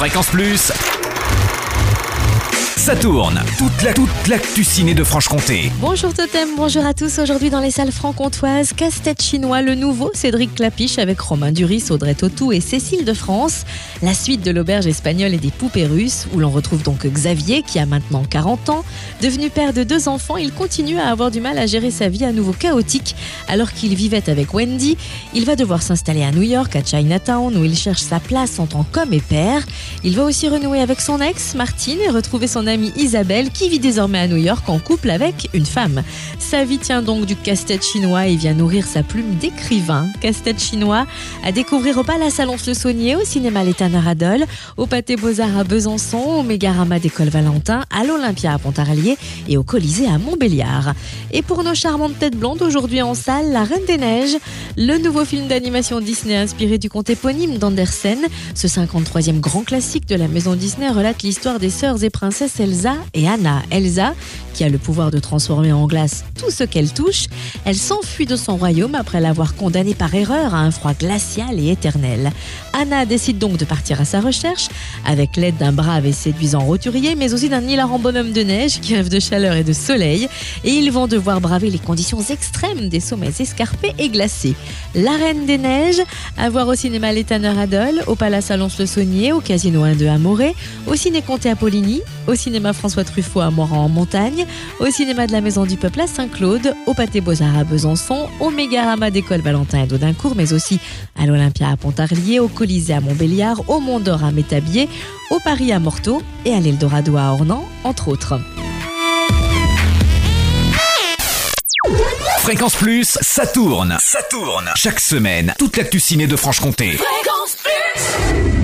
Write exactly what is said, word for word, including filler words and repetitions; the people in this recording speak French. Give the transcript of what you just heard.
Fréquence Plus, ça tourne. Toute la, toute l'actu ciné de Franche-Comté. Bonjour Totem, bonjour à tous. Aujourd'hui dans les salles franc-comtoises, Casse-tête chinois, le nouveau Cédric Clapiche avec Romain Duris, Audrey Tautou et Cécile de France. La suite de l'auberge espagnole et des poupées russes, où l'on retrouve donc Xavier qui a maintenant quarante ans. Devenu père de deux enfants, il continue à avoir du mal à gérer sa vie à nouveau chaotique. Alors qu'il vivait avec Wendy, il va devoir s'installer à New York, à Chinatown, où il cherche sa place en tant qu'homme et père. Il va aussi renouer avec son ex, Martine, et retrouver son amie Isabelle, qui vit désormais à New York en couple avec une femme. Sa vie tient donc du casse-tête chinois et vient nourrir sa plume d'écrivain. Casse-tête chinois à découvrir au Palace Alonce-le-Saunier, au cinéma L'Étang à Radol, au Pâté Beaux-Arts à Besançon, au Mégarama d'École Valentin, à l'Olympia à Pontarlier et au Colisée à Montbéliard. Et pour nos charmantes têtes blondes, aujourd'hui en salle, La Reine des Neiges, le nouveau film d'animation Disney inspiré du conte éponyme d'Andersen. Ce cinquante-troisième grand classique de la maison Disney relate l'histoire des sœurs et princesses Elsa et Anna. Elsa, qui a le pouvoir de transformer en glace tout ce qu'elle touche, elle s'enfuit de son royaume après l'avoir condamné par erreur à un froid glacial et éternel. Anna décide donc de partir à sa recherche, avec l'aide d'un brave et séduisant roturier, mais aussi d'un hilarant bonhomme de neige qui rêve de chaleur et de soleil, et ils vont devoir braver les conditions extrêmes des sommets escarpés et glacés. La Reine des Neiges, à voir au cinéma L'Étang à Radol, au Palace Alonce-le-Saunier, au Casino un deux à Morée, au Ciné Comté à Poligny, au cinéma François Truffaut à Moran-en-Montagne, au cinéma de la Maison du Peuple à Saint-Claude, au Pâté Beaux-Arts à Besançon, au Mégarama d'École Valentin et d'Audincourt, mais aussi à l'Olympia à Pontarlier, au Colisée à Montbéliard, au Mont d'Or à Métabier, au Paris à Morteau et à l'Eldorado à Ornans, entre autres. Fréquence Plus, ça tourne. Ça tourne. Chaque semaine, toute l'actu ciné de Franche-Comté. Fréquence Plus.